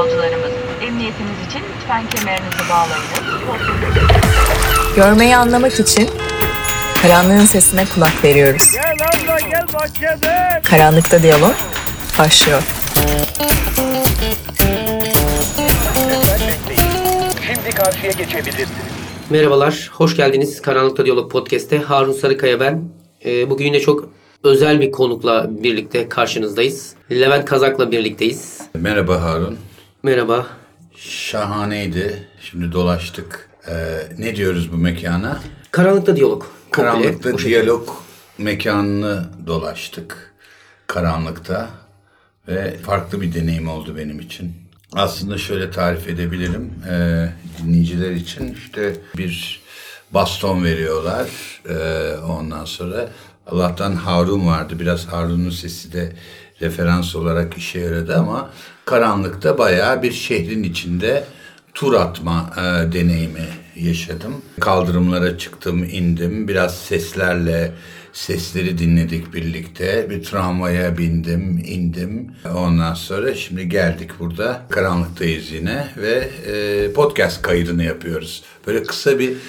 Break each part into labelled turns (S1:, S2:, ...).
S1: yolcularımız, emniyetiniz için lütfen kemerinizi bağlayınız.
S2: Görmeyi anlamak için karanlığın sesine kulak veriyoruz.
S3: Gel abla gel bahçede.
S2: Karanlıkta diyalog başlıyor.
S3: Şimdi karşıya geçebilirsiniz.
S4: Merhabalar, hoş geldiniz Karanlıkta Diyalog Podcast'te. Harun Sarıkaya ben. Bugün yine çok özel bir konukla birlikte karşınızdayız. Levent Kazak'la birlikteyiz.
S5: Merhaba Harun.
S4: Merhaba.
S5: Şahaneydi. Şimdi dolaştık. Ne diyoruz bu mekana?
S4: Karanlıkta Diyalog.
S5: Karanlıkta diyalog mekanını dolaştık. Karanlıkta. Ve farklı bir deneyim oldu benim için. Aslında şöyle tarif edebilirim. Dinleyiciler için işte bir baston veriyorlar. Ondan sonra Allah'tan Harun vardı. Biraz Harun'un sesi de referans olarak işe yaradı ama karanlıkta bayağı bir şehrin içinde tur atma deneyimi yaşadım. Kaldırımlara çıktım, indim. Biraz sesleri dinledik birlikte. Bir tramvaya bindim, indim. Ondan sonra şimdi geldik burada. Karanlıktayız yine ve podcast kaydını yapıyoruz. Böyle kısa bir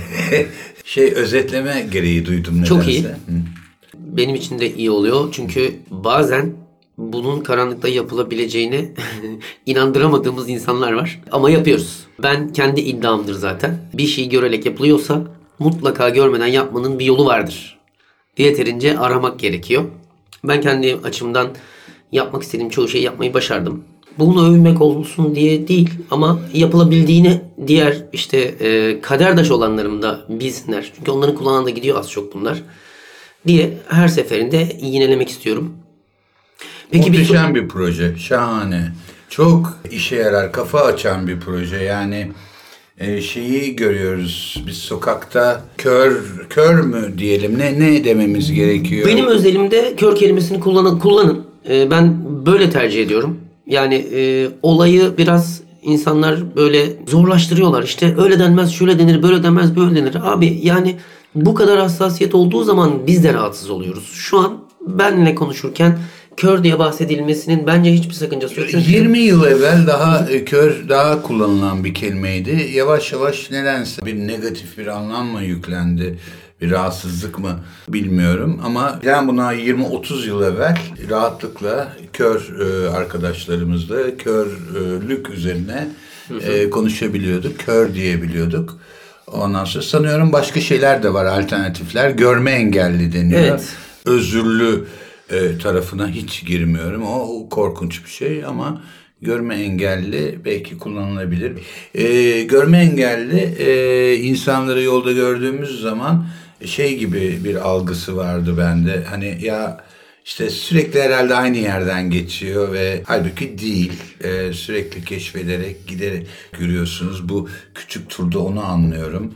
S5: özetleme gereği duydum nedense.
S4: Çok iyi. Benim için de iyi oluyor. Çünkü bazen bunun karanlıkta yapılabileceğine inandıramadığımız insanlar var. Ama yapıyoruz. Ben kendi iddiamdır zaten. Bir şey görerek yapılıyorsa mutlaka görmeden yapmanın bir yolu vardır. Yeterince aramak gerekiyor. Ben kendi açımdan yapmak istediğim çoğu şeyi yapmayı başardım. Bunu övünmek olsun diye değil ama yapılabildiğini diğer kaderdaş olanlarım da bilsinler. Çünkü onların kulağına da gidiyor az çok bunlar diye her seferinde yinelemek istiyorum. Peki
S5: Muhteşem bir proje, şahane. Çok işe yarar, kafa açan bir proje. Yani şeyi görüyoruz biz sokakta, kör mü diyelim, ne dememiz gerekiyor?
S4: Benim özelimde kör kelimesini kullanın. Ben böyle tercih ediyorum. Yani olayı biraz insanlar böyle zorlaştırıyorlar. İşte öyle denmez, şöyle denir, böyle denmez, böyle denir. Abi yani bu kadar hassasiyet olduğu zaman biz de rahatsız oluyoruz. Şu an benle konuşurken kör diye bahsedilmesinin bence hiçbir sakıncası yok. Çünkü
S5: 20 yıl evvel kör daha kullanılan bir kelimeydi. Yavaş yavaş nedense bir negatif bir anlam mı yüklendi? Bir rahatsızlık mı bilmiyorum ama ben buna 20-30 yıl evvel rahatlıkla kör arkadaşlarımızla körlük üzerine konuşabiliyorduk. Kör diyebiliyorduk. Ondan sonra sanıyorum başka şeyler de var, alternatifler. Görme engelli deniyor.
S4: Evet.
S5: Özürlü tarafına hiç girmiyorum. O korkunç bir şey ama görme engelli belki kullanılabilir. Görme engelli insanları yolda gördüğümüz zaman şey gibi bir algısı vardı bende. Hani ya işte sürekli herhalde aynı yerden geçiyor ve halbuki değil. Sürekli keşfederek giderek görüyorsunuz. Bu küçük turda onu anlıyorum.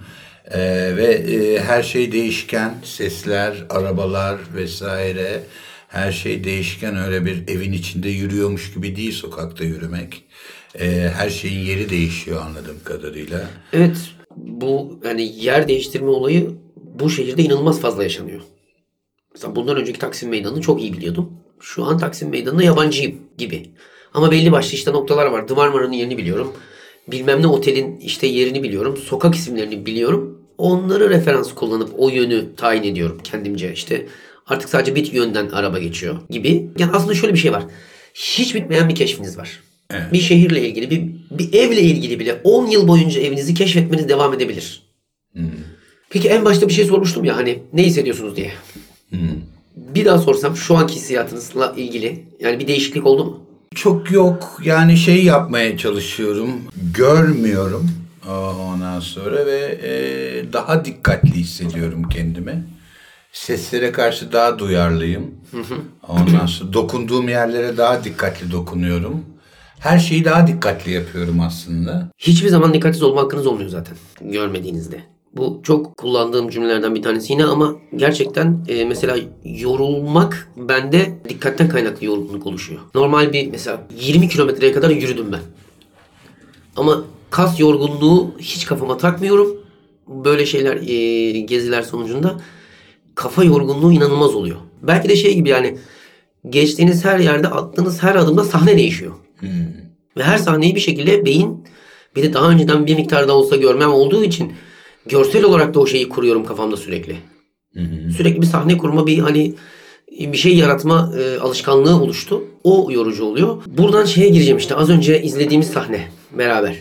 S5: Ve her şey değişken. Sesler, arabalar vesaire. Her şey değişken, öyle bir evin içinde yürüyormuş gibi değil sokakta yürümek. Her şeyin yeri değişiyor anladığım kadarıyla.
S4: evet, bu yani yer değiştirme olayı bu şehirde inanılmaz fazla yaşanıyor. Mesela bundan önceki Taksim Meydanı'nı çok iyi biliyordum. Şu an Taksim Meydanı'na yabancıyım gibi. Ama belli başlı noktalar var. Dımarmara'nın yerini biliyorum. Bilmem ne otelin yerini biliyorum. Sokak isimlerini biliyorum. Onları referans kullanıp o yönü tayin ediyorum kendimce. Artık sadece bir yönden araba geçiyor gibi. Yani aslında şöyle bir şey var. Hiç bitmeyen bir keşfiniz var.
S5: Evet.
S4: Bir şehirle ilgili, bir evle ilgili bile 10 yıl boyunca evinizi keşfetmeniz devam edebilir. Peki en başta bir şey sormuştum ya, hani ne hissediyorsunuz diye. Bir daha sorsam şu anki hissiyatınızla ilgili yani bir değişiklik oldu mu?
S5: Çok yok. Yani yapmaya çalışıyorum. Görmüyorum ondan sonra ve daha dikkatli hissediyorum kendimi. Seslere karşı daha duyarlıyım. Ondan sonra dokunduğum yerlere daha dikkatli dokunuyorum. Her şeyi daha dikkatli yapıyorum aslında.
S4: Hiçbir zaman dikkatsiz olma hakkınız olmuyor zaten görmediğinizde. Bu çok kullandığım cümlelerden bir tanesi yine ama gerçekten mesela yorulmak bende dikkatten kaynaklı yorgunluk oluşuyor. Normal bir mesela 20 kilometreye kadar yürüdüm ben. Ama kas yorgunluğu hiç kafama takmıyorum. Böyle şeyler geziler sonucunda kafa yorgunluğu inanılmaz oluyor. Belki de gibi yani geçtiğiniz her yerde attığınız her adımda sahne değişiyor. Ve her sahneyi bir şekilde beyin, bir de daha önceden bir miktar da olsa görmem olduğu için görsel olarak da o şeyi kuruyorum kafamda sürekli. Sürekli bir sahne kurma, bir hani bir şey yaratma alışkanlığı oluştu. O yorucu oluyor. Buradan şeye gireceğim, işte az önce izlediğimiz sahne beraber.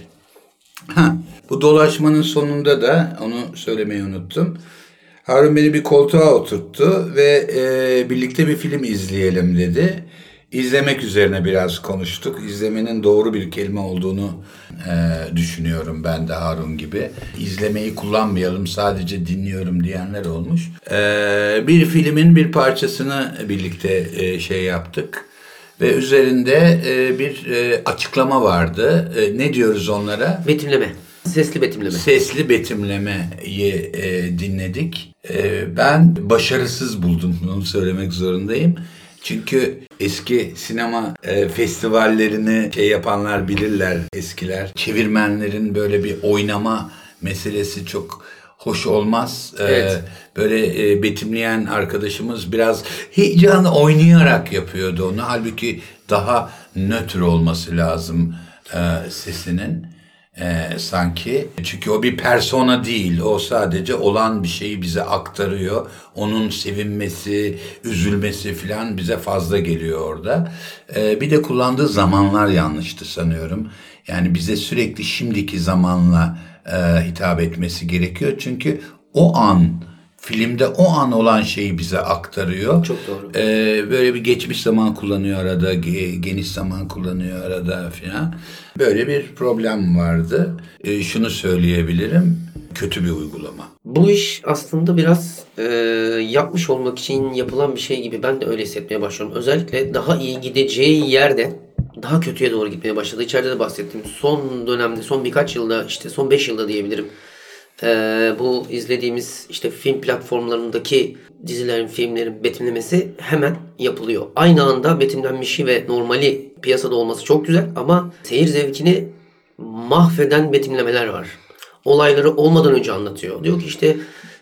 S5: Bu dolaşmanın sonunda da onu söylemeyi unuttum. Harun beni bir koltuğa oturttu ve birlikte bir film izleyelim dedi. İzlemek üzerine biraz konuştuk. İzlemenin doğru bir kelime olduğunu düşünüyorum ben de Harun gibi. İzlemeyi kullanmayalım, sadece dinliyorum diyenler olmuş. Bir filmin bir parçasını birlikte şey yaptık. Ve üzerinde bir açıklama vardı. Ne diyoruz onlara?
S4: Betimleme. Sesli betimleme.
S5: Sesli betimlemeyi dinledik. Ben başarısız buldum, bunu söylemek zorundayım. Çünkü eski sinema festivallerini yapanlar bilirler, eskiler. Çevirmenlerin böyle bir oynama meselesi çok hoş olmaz.
S4: Evet.
S5: Böyle betimleyen arkadaşımız biraz heyecanlı oynayarak yapıyordu onu. Halbuki daha nötr olması lazım sesinin. Sanki. Çünkü o bir persona değil. O sadece olan bir şeyi bize aktarıyor. Onun sevinmesi, üzülmesi falan bize fazla geliyor orada. Bir de kullandığı zamanlar yanlıştı sanıyorum. Yani bize sürekli şimdiki zamanla hitap etmesi gerekiyor. Çünkü o an, filmde o an olan şeyi bize aktarıyor.
S4: Çok doğru.
S5: Böyle bir geçmiş zaman kullanıyor arada, geniş zaman kullanıyor arada falan. Böyle bir problem vardı. Şunu söyleyebilirim, kötü bir uygulama.
S4: Bu iş aslında biraz yapmış olmak için yapılan bir şey gibi, ben de öyle hissetmeye başlıyorum. Özellikle daha iyi gideceği yerde daha kötüye doğru gitmeye başladı. İçeride de bahsettim. Son dönemde, son birkaç yılda, işte son 5 yılda diyebilirim. Bu izlediğimiz işte film platformlarındaki dizilerin, filmlerin betimlemesi hemen yapılıyor. Aynı anda betimlenmişi ve normali piyasada olması çok güzel ama seyir zevkini mahveden betimlemeler var. Olayları olmadan önce anlatıyor. Diyor ki işte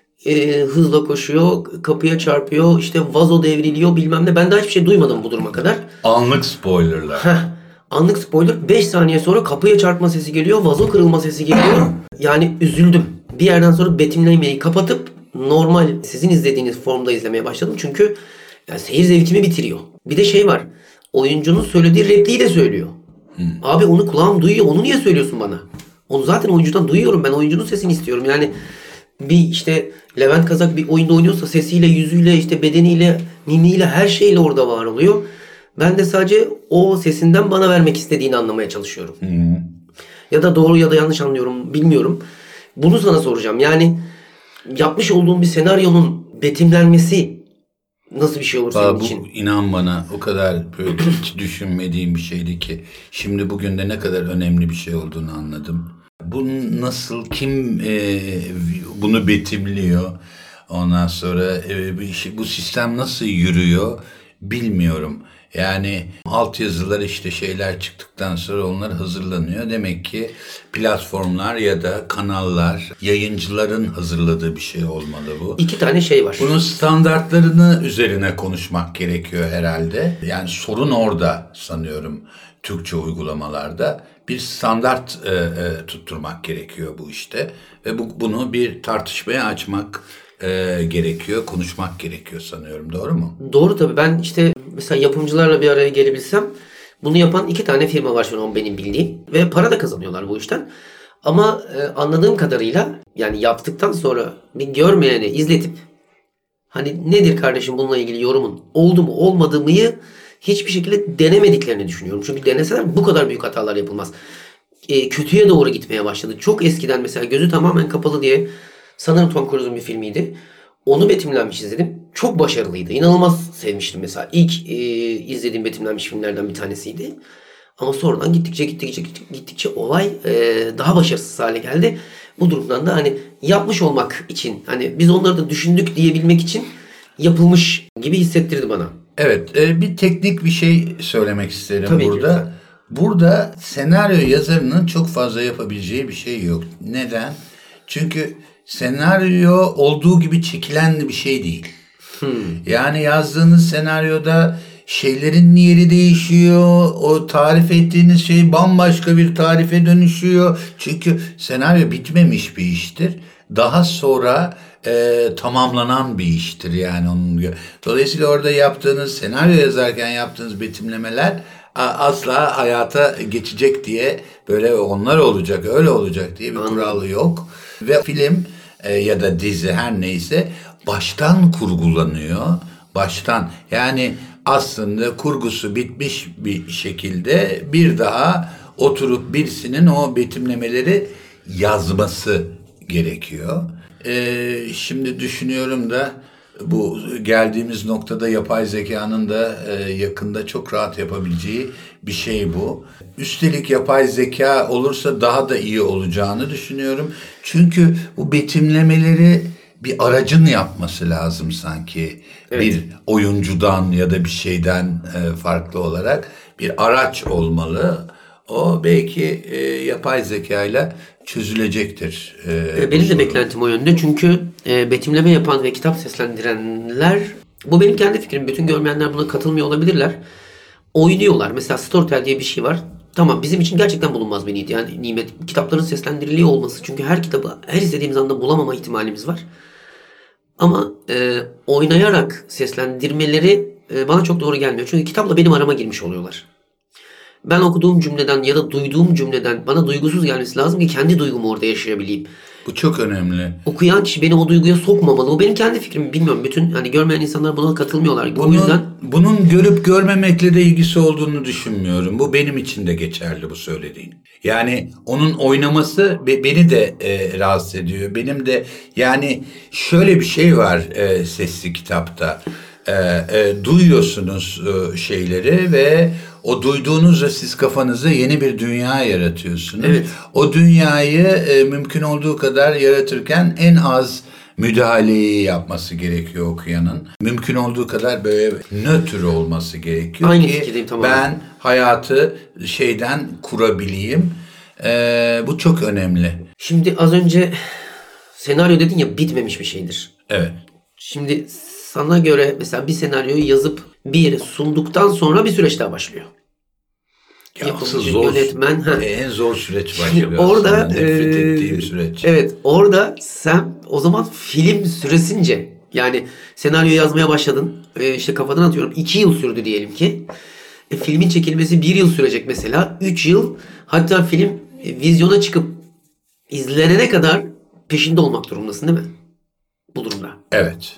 S4: hızla koşuyor, kapıya çarpıyor, işte vazo devriliyor bilmem ne. Ben daha hiçbir şey duymadım bu duruma kadar.
S5: Anlık spoilerlar.
S4: Anlık spoiler, 5 saniye sonra kapıya çarpma sesi geliyor, vazo kırılma sesi geliyor. Yani üzüldüm. Bir yerden sonra betimlemeyi kapatıp normal sizin izlediğiniz formda izlemeye başladım. Çünkü yani seyir zevkimi bitiriyor. Bir de şey var. Oyuncunun söylediği repliği de söylüyor. Abi onu kulağım duyuyor. Onu niye söylüyorsun bana? Onu zaten oyuncudan duyuyorum. Ben oyuncunun sesini istiyorum. Yani bir işte Levent Kazak bir oyunda oynuyorsa sesiyle, yüzüyle, işte bedeniyle, mimiyle, her şeyle orada var oluyor. Ben de sadece o sesinden bana vermek istediğini anlamaya çalışıyorum. Ya da doğru ya da yanlış anlıyorum, bilmiyorum. Bunu sana soracağım. Yani yapmış olduğum bir senaryonun betimlenmesi nasıl bir şey olur senin için?
S5: Bu inan bana o kadar böyle hiç düşünmediğim bir şeydi ki şimdi bugün de ne kadar önemli bir şey olduğunu anladım. Bu nasıl, kim bunu betimliyor? Ondan sonra bu sistem nasıl yürüyor bilmiyorum. Yani altyazılar işte şeyler çıktıktan sonra onlar hazırlanıyor. Demek ki platformlar ya da kanallar, yayıncıların hazırladığı bir şey olmalı bu.
S4: 2 tane şey var.
S5: Bunun standartlarını üzerine konuşmak gerekiyor herhalde. Yani sorun orada sanıyorum Türkçe uygulamalarda. Bir standart tutturmak gerekiyor bu işte. Ve bunu bir tartışmaya açmak gerekiyor, konuşmak gerekiyor sanıyorum. Doğru mu?
S4: Doğru tabii. Ben işte mesela yapımcılarla bir araya gelebilsem, bunu yapan 2 tane firma var şu an benim bildiğim. Ve para da kazanıyorlar bu işten. Ama anladığım kadarıyla yani yaptıktan sonra bir görmeyeni izletip hani nedir kardeşim bununla ilgili yorumun, oldu mu olmadı mıyı hiçbir şekilde denemediklerini düşünüyorum. Çünkü deneseler bu kadar büyük hatalar yapılmaz. Kötüye doğru gitmeye başladı. Çok eskiden mesela Gözü Tamamen Kapalı diye, sanırım Tom Cruise'un bir filmiydi. Onu betimlenmiş izledim. Çok başarılıydı. İnanılmaz sevmiştim mesela. İlk izlediğim betimlenmiş filmlerden bir tanesiydi. Ama sonradan gittikçe olay daha başarısız hale geldi. Bu durumdan da hani yapmış olmak için, hani biz onları da düşündük diyebilmek için yapılmış gibi hissettirdi bana.
S5: Evet, bir teknik bir şey söylemek isterim
S4: Tabii ki,
S5: burada.
S4: lütfen.
S5: Burada senaryo yazarının çok fazla yapabileceği bir şey yok. Neden? Çünkü senaryo olduğu gibi çekilen bir şey değil. Yani yazdığınız senaryoda şeylerin yeri değişiyor. O tarif ettiğiniz şey bambaşka bir tarife dönüşüyor. Çünkü senaryo bitmemiş bir iştir. Daha sonra tamamlanan bir iştir yani onun. Dolayısıyla orada yaptığınız, senaryo yazarken yaptığınız betimlemeler asla hayata geçecek diye, böyle onlar olacak, öyle olacak diye bir kuralı yok. Ve film ya da dizi her neyse baştan kurgulanıyor. Baştan, yani aslında kurgusu bitmiş bir şekilde bir daha oturup birisinin o betimlemeleri yazması gerekiyor. Şimdi düşünüyorum da bu geldiğimiz noktada yapay zekanın da yakında çok rahat yapabileceği bir şey bu. Üstelik yapay zeka olursa daha da iyi olacağını düşünüyorum. Çünkü bu betimlemeleri bir aracın yapması lazım sanki. Evet. Bir oyuncudan ya da bir şeyden farklı olarak bir araç olmalı. O belki yapay zekayla çözülecektir.
S4: Benim de beklentim o yönde. Çünkü betimleme yapan ve kitap seslendirenler, bu benim kendi fikrim. Bütün görmeyenler buna katılmıyor olabilirler. Oynuyorlar. Mesela Storytel diye bir şey var. Tamam, bizim için gerçekten bulunmaz bir nimet. Kitapların seslendiriliyor olması. Çünkü her kitabı her istediğimiz anda bulamama ihtimalimiz var. Ama oynayarak seslendirmeleri bana çok doğru gelmiyor. Çünkü kitapla benim arama girmiş oluyorlar. Ben okuduğum cümleden ya da duyduğum cümleden bana duygusuz gelmesi lazım ki kendi duygumu orada yaşayabileyim.
S5: Bu çok önemli.
S4: Okuyan kişi beni o duyguya sokmamalı. Bu benim kendi fikrim. Bilmiyorum. Bütün hani görmeyen insanlar buna katılmıyorlar. O yüzden
S5: bunun görüp görmemekle de ilgisi olduğunu düşünmüyorum. Bu benim için de geçerli bu söylediğin. Yani onun oynaması beni de rahatsız ediyor. Benim de, yani şöyle bir şey var sesli kitapta. Duyuyorsunuz şeyleri ve o duyduğunuzla siz kafanızda yeni bir dünya yaratıyorsunuz.
S4: Evet.
S5: O dünyayı mümkün olduğu kadar yaratırken en az müdahaleyi yapması gerekiyor okuyanın. Mümkün olduğu kadar böyle nötr olması gerekiyor.
S4: Aynı
S5: ki
S4: fikirdeyim, tamamen.
S5: ben hayatı şeyden kurabileyim. Bu çok önemli.
S4: şimdi az önce senaryo dedin ya, bitmemiş bir şeydir.
S5: Evet.
S4: Şimdi sana göre mesela bir senaryoyu yazıp bir yere sunduktan sonra bir süreç daha başlıyor.
S5: Asıl
S4: Yapımcı,
S5: zor,
S4: yönetmen.
S5: en zor süreç başlıyor.
S4: Orada
S5: aslında. Nefret ettiğim süreç.
S4: Evet, orada sen o zaman film süresince, yani senaryo yazmaya başladın. İşte kafadan atıyorum 2 yıl sürdü diyelim ki. Filmin çekilmesi 1 yıl sürecek mesela. 3 yıl, hatta film vizyona çıkıp izlenene kadar peşinde olmak durumundasın değil mi? Bu durumda.
S5: Evet.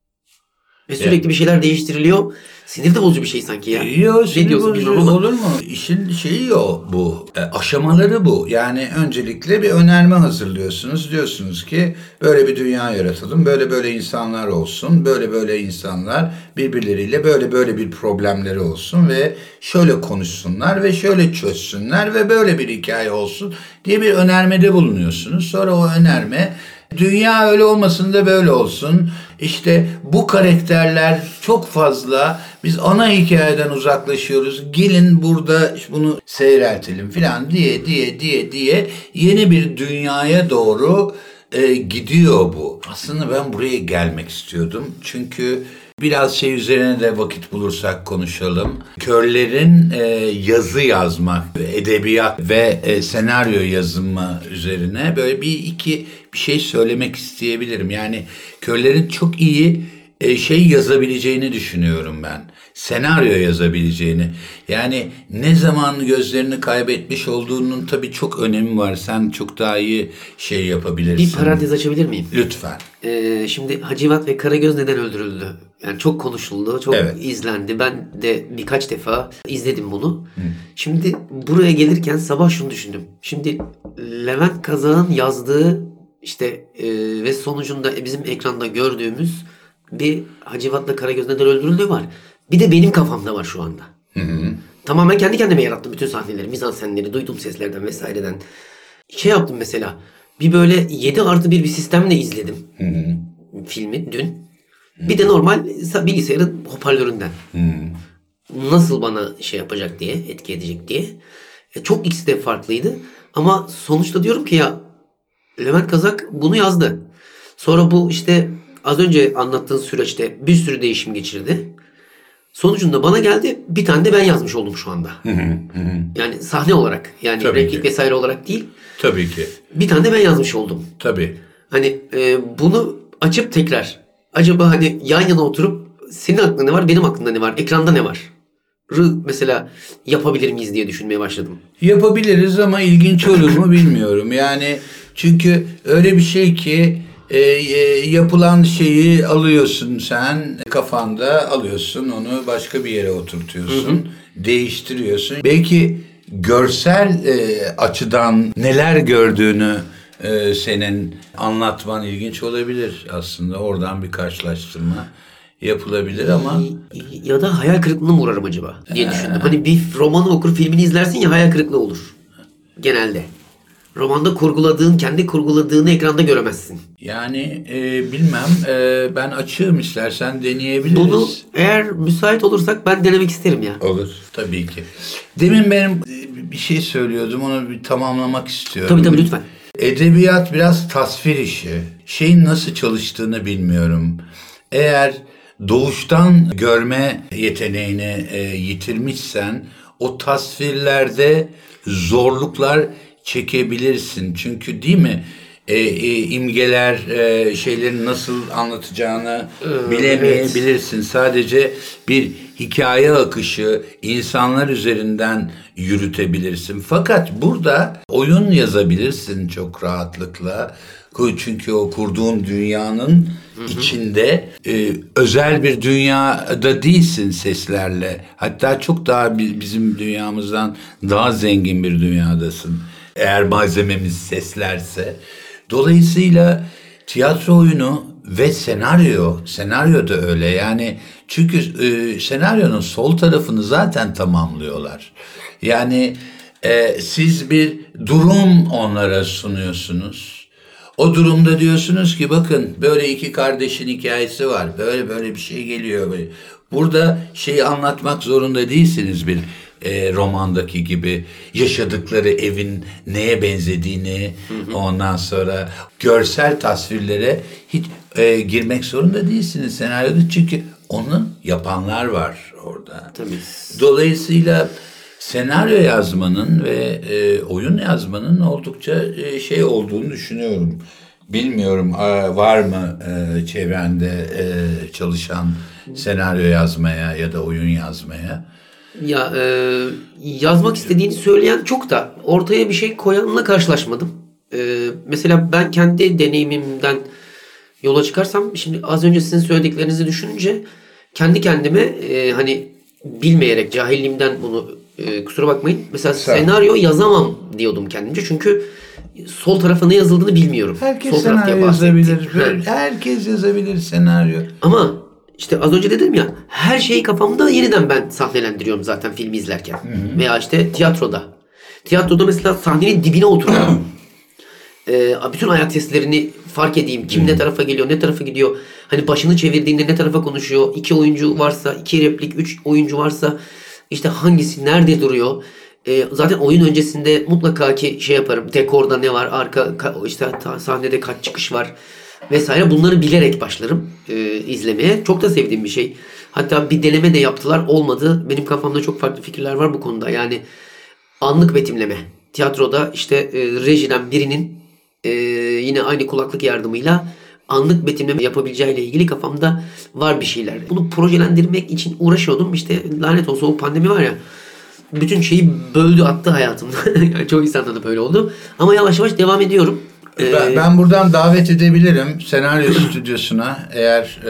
S4: Ve sürekli bir şeyler değiştiriliyor. Sinir de bozucu bir şey sanki ya.
S5: Yok, sinir
S4: diyorsun
S5: bozucu
S4: bilmiyorum ama.
S5: olur mu? İşin şeyi o bu. Aşamaları bu. Yani öncelikle bir önerme hazırlıyorsunuz. Diyorsunuz ki böyle bir dünya yaratalım. Böyle böyle insanlar olsun. Böyle böyle insanlar birbirleriyle böyle böyle bir problemleri olsun ve şöyle konuşsunlar ve şöyle çözsünler ve böyle bir hikaye olsun diye bir önermede bulunuyorsunuz. Sonra o önerme, dünya öyle olmasın da böyle olsun. İşte bu karakterler çok fazla. Biz ana hikayeden uzaklaşıyoruz. Gelin burada bunu seyreltelim falan diye yeni bir dünyaya doğru gidiyor bu. Aslında ben buraya gelmek istiyordum. Çünkü biraz şey üzerine de vakit bulursak konuşalım. Körlerin yazı yazmak, edebiyat ve senaryo yazımı üzerine böyle bir şey söylemek isteyebilirim. Yani körlerin çok iyi şey yazabileceğini düşünüyorum ben. Senaryo yazabileceğini. Yani ne zaman gözlerini kaybetmiş olduğunun tabii çok önemi var. Sen çok daha iyi şey yapabilirsin.
S4: Bir parantez açabilir miyim?
S5: Lütfen.
S4: Şimdi Hacivat ve Karagöz neden öldürüldü? Yani çok konuşuldu, çok
S5: Evet.
S4: izlendi. Ben de birkaç defa izledim bunu. Şimdi buraya gelirken sabah şunu düşündüm. Şimdi Levent Kazak'ın yazdığı işte ve sonucunda bizim ekranda gördüğümüz bir Hacivat'la Karagöz neden öldürüldü var. Bir de benim kafamda var şu anda. Tamamen kendi kendime yarattım bütün sahneleri, mizansenleri, duyduğum seslerden vesaireden. Şey yaptım mesela. Bir böyle 7+1 bir sistemle izledim filmi dün. Bir de normal bilgisayarın hoparlöründen. Nasıl bana şey yapacak diye, etki edecek diye. Çok ikisi de farklıydı. Ama sonuçta diyorum ki ya, Levent Kazak bunu yazdı. Sonra bu işte az önce anlattığın süreçte bir sürü değişim geçirdi. Sonucunda bana geldi, bir tane de ben yazmış oldum şu anda. Yani sahne olarak, yani
S5: Tabii
S4: replik
S5: ki.
S4: vesaire olarak değil.
S5: Tabii ki.
S4: Bir tane de ben yazmış oldum.
S5: Tabii.
S4: Hani bunu açıp tekrar acaba hani yan yana oturup senin aklında ne var, benim aklımda ne var, ekranda ne var? Mesela yapabilir miyiz diye düşünmeye başladım.
S5: Yapabiliriz ama ilginç olur mu bilmiyorum. Yani çünkü öyle bir şey ki yapılan şeyi alıyorsun sen, kafanda alıyorsun, onu başka bir yere oturtuyorsun, değiştiriyorsun. Belki görsel açıdan neler gördüğünü senin anlatman ilginç olabilir aslında. Oradan bir karşılaştırma yapılabilir ama
S4: Ya da hayal kırıklığına mı uğrarım acaba diye düşündüm. Hani bir romanı okur, filmini izlersin ya, hayal kırıklığı olur. Genelde. Romanda kendi kurguladığını ekranda göremezsin.
S5: yani bilmem, ben açığım, istersen deneyebiliriz.
S4: Bunu eğer müsait olursak ben denemek isterim ya.
S5: Olur tabii ki. Demin benim bir şey söylüyordum, onu bir tamamlamak istiyorum.
S4: Tabii lütfen.
S5: Edebiyat biraz tasvir işi. Şeyin nasıl çalıştığını bilmiyorum. Eğer doğuştan görme yeteneğini yitirmişsen o tasvirlerde zorluklar çekebilirsin. Çünkü değil mi? İmgeler, şeylerin nasıl anlatacağını bilemeyebilirsin. Sadece bir hikaye akışı insanlar üzerinden yürütebilirsin. Fakat burada oyun yazabilirsin çok rahatlıkla. Çünkü o kurduğun dünyanın içinde özel bir dünyada değilsin seslerle. Hatta çok daha bizim dünyamızdan daha zengin bir dünyadasın. Eğer malzememiz seslerse. Dolayısıyla tiyatro oyunu ve senaryo da öyle. Yani çünkü senaryonun sol tarafını zaten tamamlıyorlar. Yani siz bir durum onlara sunuyorsunuz. O durumda diyorsunuz ki bakın böyle iki kardeşin hikayesi var. Böyle bir şey geliyor. Burada şeyi anlatmak zorunda değilsiniz bir romandaki gibi yaşadıkları evin neye benzediğini, ondan sonra görsel tasvirlere hiç girmek zorunda değilsiniz senaryoda, çünkü onu yapanlar var orada.
S4: Tabii.
S5: Dolayısıyla senaryo yazmanın ve oyun yazmanın oldukça şey olduğunu düşünüyorum. Bilmiyorum var mı çevrende çalışan senaryo yazmaya ya da oyun yazmaya?
S4: Ya yazmak istediğini söyleyen çok da ortaya bir şey koyanla karşılaşmadım. Mesela ben kendi deneyimimden yola çıkarsam, şimdi az önce sizin söylediklerinizi düşününce kendi kendime hani bilmeyerek, cahilliğimden bunu kusura bakmayın. Mesela senaryo yazamam diyordum kendimce, çünkü sol tarafa ne yazıldığını bilmiyorum.
S5: Herkes
S4: sol taraf diye
S5: senaryo yazabilir.
S4: bahsettik.
S5: Herkes yazabilir senaryo.
S4: Ama işte az önce dedim ya, her şeyi kafamda yeniden ben sahnelendiriyorum zaten filmi izlerken. Veya işte tiyatroda. Tiyatroda mesela sahnenin dibine oturuyorum. Bütün ayak seslerini fark edeyim. Kim ne tarafa geliyor, ne tarafa gidiyor. Hani başını çevirdiğinde ne tarafa konuşuyor. 2 oyuncu varsa, 2 replik, 3 oyuncu varsa işte hangisi nerede duruyor. Zaten oyun öncesinde mutlaka ki şey yaparım. Dekorda ne var, işte sahnede kaç çıkış var vesaire, bunları bilerek başlarım izlemeye. Çok da sevdiğim bir şey. Hatta bir deneme de yaptılar, olmadı. Benim kafamda çok farklı fikirler var bu konuda. Yani anlık betimleme. Tiyatroda işte rejiden birinin yine aynı kulaklık yardımıyla anlık betimleme yapabileceğiyle ilgili kafamda var bir şeyler. Bunu projelendirmek için uğraşıyordum. İşte lanet olsun o pandemi var ya, bütün şeyi böldü attı hayatımda. Yani çoğu insanda da böyle oldu. Ama yavaş yavaş devam ediyorum.
S5: Ben buradan davet edebilirim senaryo stüdyosuna, eğer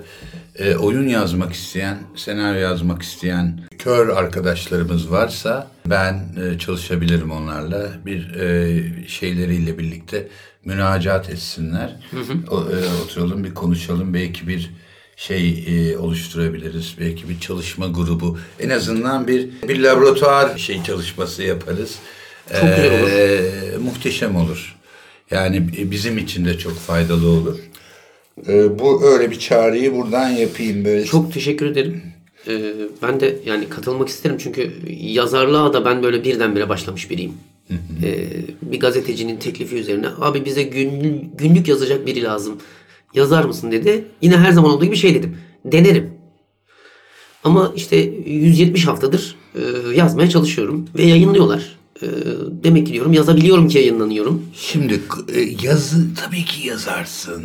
S5: oyun yazmak isteyen, senaryo yazmak isteyen kör arkadaşlarımız varsa ben çalışabilirim onlarla. Bir şeyleriyle birlikte müracaat etsinler. Oturalım bir konuşalım, belki bir şey oluşturabiliriz. Belki bir çalışma grubu, en azından bir laboratuvar çalışması yaparız.
S4: Çok güzel olur.
S5: Muhteşem olur. Yani bizim için de çok faydalı olur. Bu öyle bir çağrıyı buradan yapayım böyle.
S4: Çok teşekkür ederim. Ben de yani katılmak isterim, çünkü yazarlığa da ben böyle birdenbire başlamış biriyim. Bir gazetecinin teklifi üzerine, abi bize günlük yazacak biri lazım, yazar mısın dedi. Yine her zaman olduğu gibi şey dedim, denerim. Ama işte 170 haftadır yazmaya çalışıyorum ve yayınlıyorlar. Demek ki diyorum yazabiliyorum ki yayınlanıyorum.
S5: Şimdi yazı tabii ki yazarsın.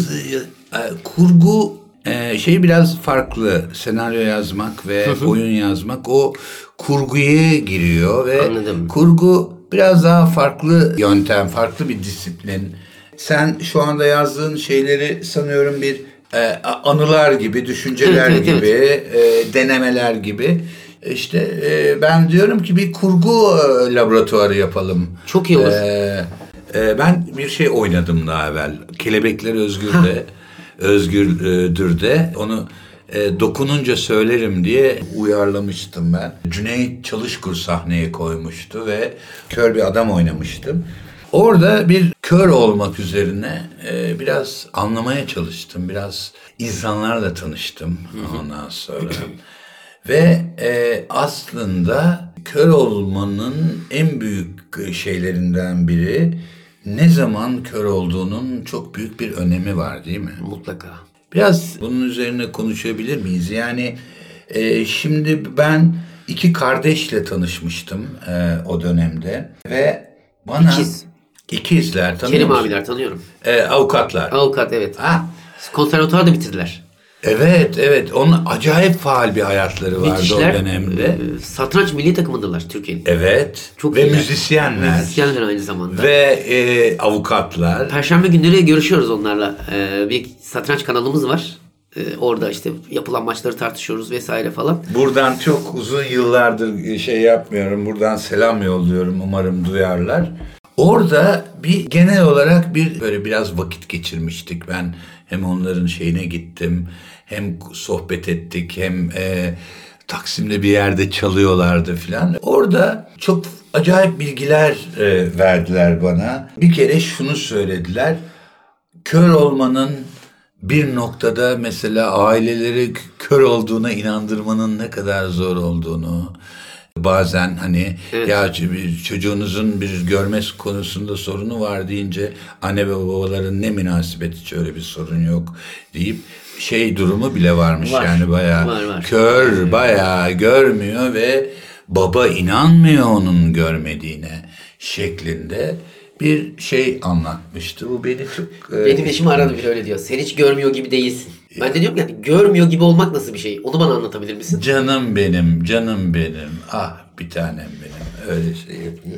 S5: Kurgu şey biraz farklı. Senaryo yazmak ve oyun yazmak o kurguya giriyor ve
S4: Anladım.
S5: kurgu biraz daha farklı yöntem, farklı bir disiplin. Sen şu anda yazdığın şeyleri sanıyorum bir anılar gibi, düşünceler
S4: Evet.
S5: gibi, denemeler gibi. İşte ben diyorum ki bir kurgu laboratuvarı yapalım.
S4: Çok iyi olur.
S5: Ben bir şey oynadım daha evvel. Kelebekler Özgürdür de onu dokununca söylerim diye uyarlamıştım ben. Cüneyt Çalışkur sahneye koymuştu ve kör bir adam oynamıştım. Orada bir kör olmak üzerine biraz anlamaya çalıştım. Biraz insanlarla tanıştım ondan sonra. Ve aslında kör olmanın en büyük şeylerinden biri ne zaman kör olduğunun çok büyük bir önemi var değil mi?
S4: Mutlaka.
S5: Biraz bunun üzerine konuşabilir miyiz? Yani şimdi ben 2 kardeşle tanışmıştım o dönemde ve bana... İkizler tanıyor
S4: Kerim
S5: musun?
S4: abiler tanıyorum.
S5: Avukatlar.
S4: Avukat evet.
S5: Ha,
S4: Konservatuvar da bitirdiler.
S5: evet. Onun acayip faal bir hayatları vardı
S4: Müthişler.
S5: o dönemde.
S4: Satranç milli takımındalar Türkiye'nin.
S5: Evet.
S4: Çok
S5: ve
S4: iyiler.
S5: müzisyenler.
S4: Müzisyenler aynı zamanda.
S5: Ve avukatlar.
S4: Perşembe günleri görüşüyoruz onlarla. Bir satranç kanalımız var. Orada işte yapılan maçları tartışıyoruz vesaire falan.
S5: Buradan çok uzun yıllardır şey yapmıyorum. Buradan selam yolluyorum. Umarım duyarlar. Orada bir genel olarak bir böyle biraz vakit geçirmiştik. Ben hem onların şeyine gittim, hem sohbet ettik, hem Taksim'de bir yerde çalıyorlardı filan. Orada çok acayip bilgiler verdiler bana. Bir kere şunu söylediler. Kör olmanın bir noktada mesela aileleri kör olduğuna inandırmanın ne kadar zor olduğunu, bazen hani
S4: evet.
S5: Ya bir çocuğunuzun bir görme konusunda sorunu var deyince anne ve babaların ne münasebet, hiç öyle bir sorun yok deyip şey durumu bile varmış
S4: Var.
S5: yani bayağı
S4: Var.
S5: kör, bayağı görmüyor ve baba inanmıyor onun görmediğine şeklinde bir şey anlatmıştı. Bu beni çok...
S4: Benim eşim aradı bile öyle diyor. Sen hiç görmüyor gibi değilsin. Ben de diyorum yani görmüyor gibi olmak nasıl bir şey? Onu bana anlatabilir misin?
S5: Canım benim. Ah bir tanem benim. Öyle şey yapıyor.